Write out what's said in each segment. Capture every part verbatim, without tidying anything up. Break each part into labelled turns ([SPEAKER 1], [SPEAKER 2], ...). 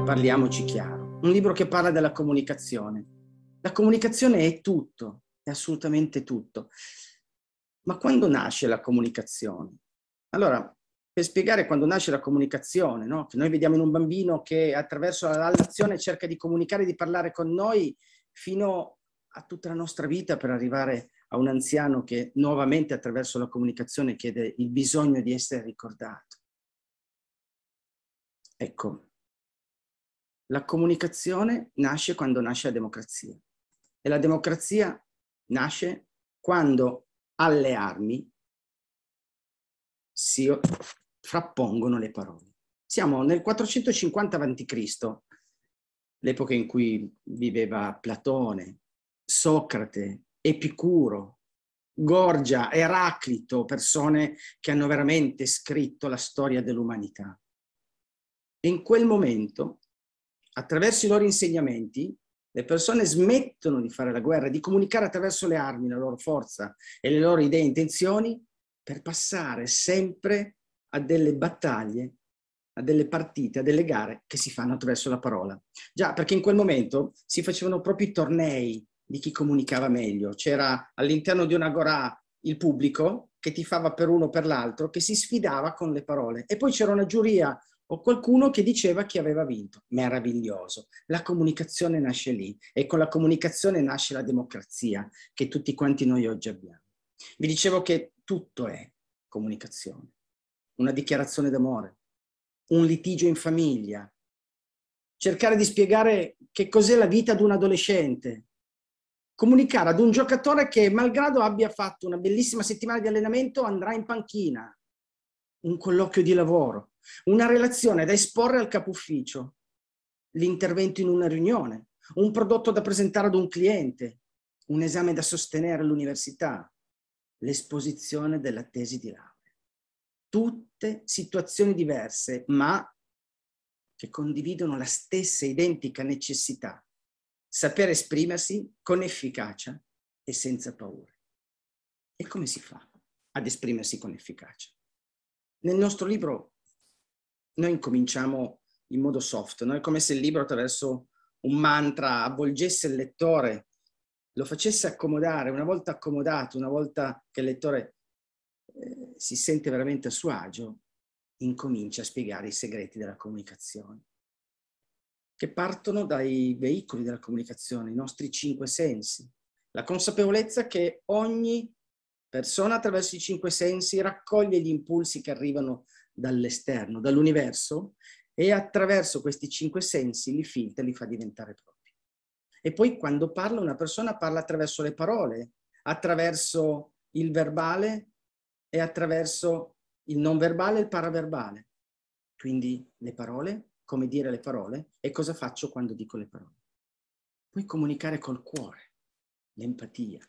[SPEAKER 1] Parliamoci chiaro. Un libro che parla della comunicazione. La comunicazione è tutto, è assolutamente tutto. Ma quando nasce la comunicazione? Allora, per spiegare quando nasce la comunicazione, no? Che noi vediamo in un bambino che attraverso la l'azione cerca di comunicare, di parlare con noi fino a tutta la nostra vita, per arrivare a un anziano che nuovamente attraverso la comunicazione chiede il bisogno di essere ricordato. Ecco, la comunicazione nasce quando nasce la democrazia, e la democrazia nasce quando alle armi si frappongono le parole. Siamo nel quattrocentocinquanta avanti Cristo, l'epoca in cui viveva Platone, Socrate, Epicuro, Gorgia, Eraclito, persone che hanno veramente scritto la storia dell'umanità. E in quel momento, attraverso i loro insegnamenti, le persone smettono di fare la guerra, di comunicare attraverso le armi la loro forza e le loro idee e intenzioni, per passare sempre a delle battaglie, a delle partite, a delle gare che si fanno attraverso la parola. Già, perché in quel momento si facevano proprio i tornei di chi comunicava meglio. C'era all'interno di un'agorà il pubblico che tifava per uno o per l'altro, che si sfidava con le parole. E poi c'era una giuria o qualcuno che diceva chi aveva vinto. Meraviglioso. La comunicazione nasce lì, e con la comunicazione nasce la democrazia che tutti quanti noi oggi abbiamo. Vi dicevo che tutto è comunicazione. Una dichiarazione d'amore, un litigio in famiglia, cercare di spiegare che cos'è la vita di un adolescente, comunicare ad un giocatore che, malgrado abbia fatto una bellissima settimana di allenamento, andrà in panchina, un colloquio di lavoro, una relazione da esporre al capo ufficio, l'intervento in una riunione, un prodotto da presentare ad un cliente, un esame da sostenere all'università, l'esposizione della tesi di laurea. Tutte situazioni diverse, ma che condividono la stessa identica necessità: sapere esprimersi con efficacia e senza paura. E come si fa ad esprimersi con efficacia? Nel nostro libro noi incominciamo in modo soft, no? È come se il libro, attraverso un mantra, avvolgesse il lettore, lo facesse accomodare. Una volta accomodato, una volta che il lettore eh, si sente veramente a suo agio, incomincia a spiegare i segreti della comunicazione, che partono dai veicoli della comunicazione, i nostri cinque sensi. La consapevolezza che ogni persona attraverso i cinque sensi raccoglie gli impulsi che arrivano dall'esterno, dall'universo, e attraverso questi cinque sensi li filtra e li fa diventare propri. E poi quando parla una persona parla attraverso le parole, attraverso il verbale e attraverso il non verbale e il paraverbale. Quindi le parole, come dire le parole, e cosa faccio quando dico le parole. Poi comunicare col cuore, l'empatia,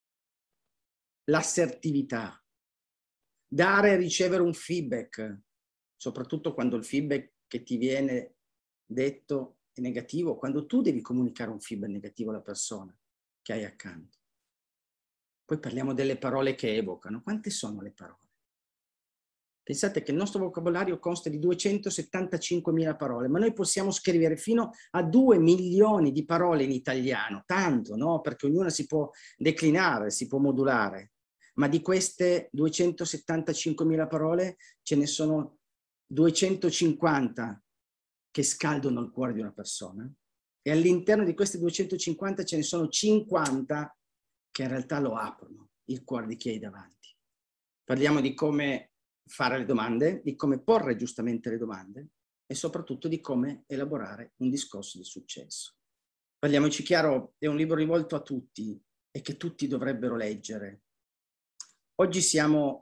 [SPEAKER 1] l'assertività, dare e ricevere un feedback, soprattutto quando il feedback che ti viene detto è negativo, quando tu devi comunicare un feedback negativo alla persona che hai accanto. Poi parliamo delle parole che evocano. Quante sono le parole? Pensate che il nostro vocabolario consta di duecentosettantacinquemila parole, ma noi possiamo scrivere fino a due milioni di parole in italiano, tanto, no? Perché ognuna si può declinare, si può modulare, ma di queste duecentosettantacinquemila parole ce ne sono duecentocinquanta che scaldano il cuore di una persona, e all'interno di queste duecentocinquanta ce ne sono cinquanta che in realtà lo aprono, il cuore di chi hai davanti. Parliamo di come fare le domande, di come porre giustamente le domande, e soprattutto di come elaborare un discorso di successo. Parliamoci chiaro, è un libro rivolto a tutti e che tutti dovrebbero leggere. Oggi siamo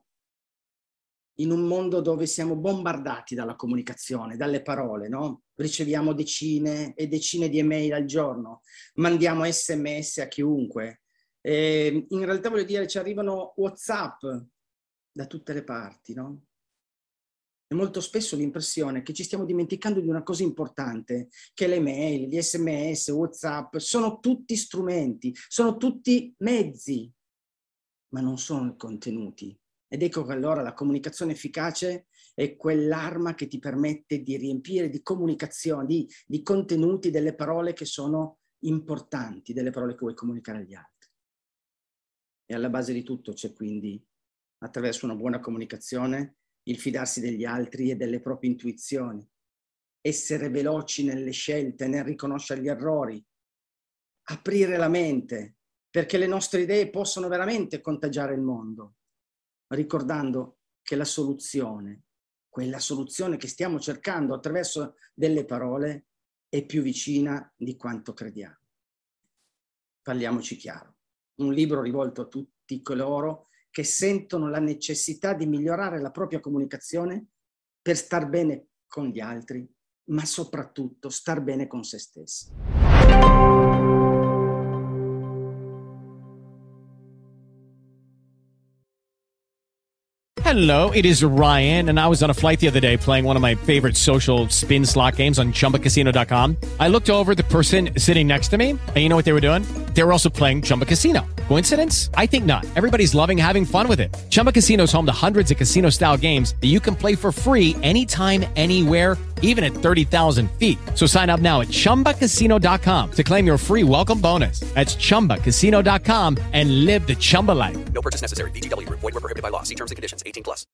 [SPEAKER 1] in un mondo dove siamo bombardati dalla comunicazione, dalle parole, no? Riceviamo decine e decine di email al giorno, mandiamo sms a chiunque. E in realtà, voglio dire, ci arrivano WhatsApp da tutte le parti, no? E molto spesso l'impressione è che ci stiamo dimenticando di una cosa importante, che le mail, gli sms, WhatsApp sono tutti strumenti, sono tutti mezzi, ma non sono contenuti. Ed ecco che allora la comunicazione efficace è quell'arma che ti permette di riempire di comunicazione, di, di contenuti delle parole che sono importanti, delle parole che vuoi comunicare agli altri. E alla base di tutto c'è quindi, attraverso una buona comunicazione, il fidarsi degli altri e delle proprie intuizioni, essere veloci nelle scelte, nel riconoscere gli errori, aprire la mente, perché le nostre idee possono veramente contagiare il mondo, ricordando che la soluzione, quella soluzione che stiamo cercando attraverso delle parole, è più vicina di quanto crediamo. Parliamoci chiaro. Un libro rivolto a tutti coloro che sentono la necessità di migliorare la propria comunicazione per star bene con gli altri, ma soprattutto star bene con se stessi.
[SPEAKER 2] Hello, it is Ryan, and I was on a flight the other day playing one of my favorite social spin slot games on Chumba Casino dot com. I looked over at the person sitting next to me, and you know what they were doing? They were also playing Chumba Casino. Coincidence? I think not. Everybody's loving having fun with it. Chumba Casino is home to hundreds of casino-style games that you can play for free anytime, anywhere, even at thirty thousand feet. So sign up now at Chumba Casino dot com to claim your free welcome bonus. That's Chumba Casino dot com and live the Chumba life.
[SPEAKER 3] No purchase necessary. V G W. Void where prohibited by law. See terms and conditions. eighteen plus.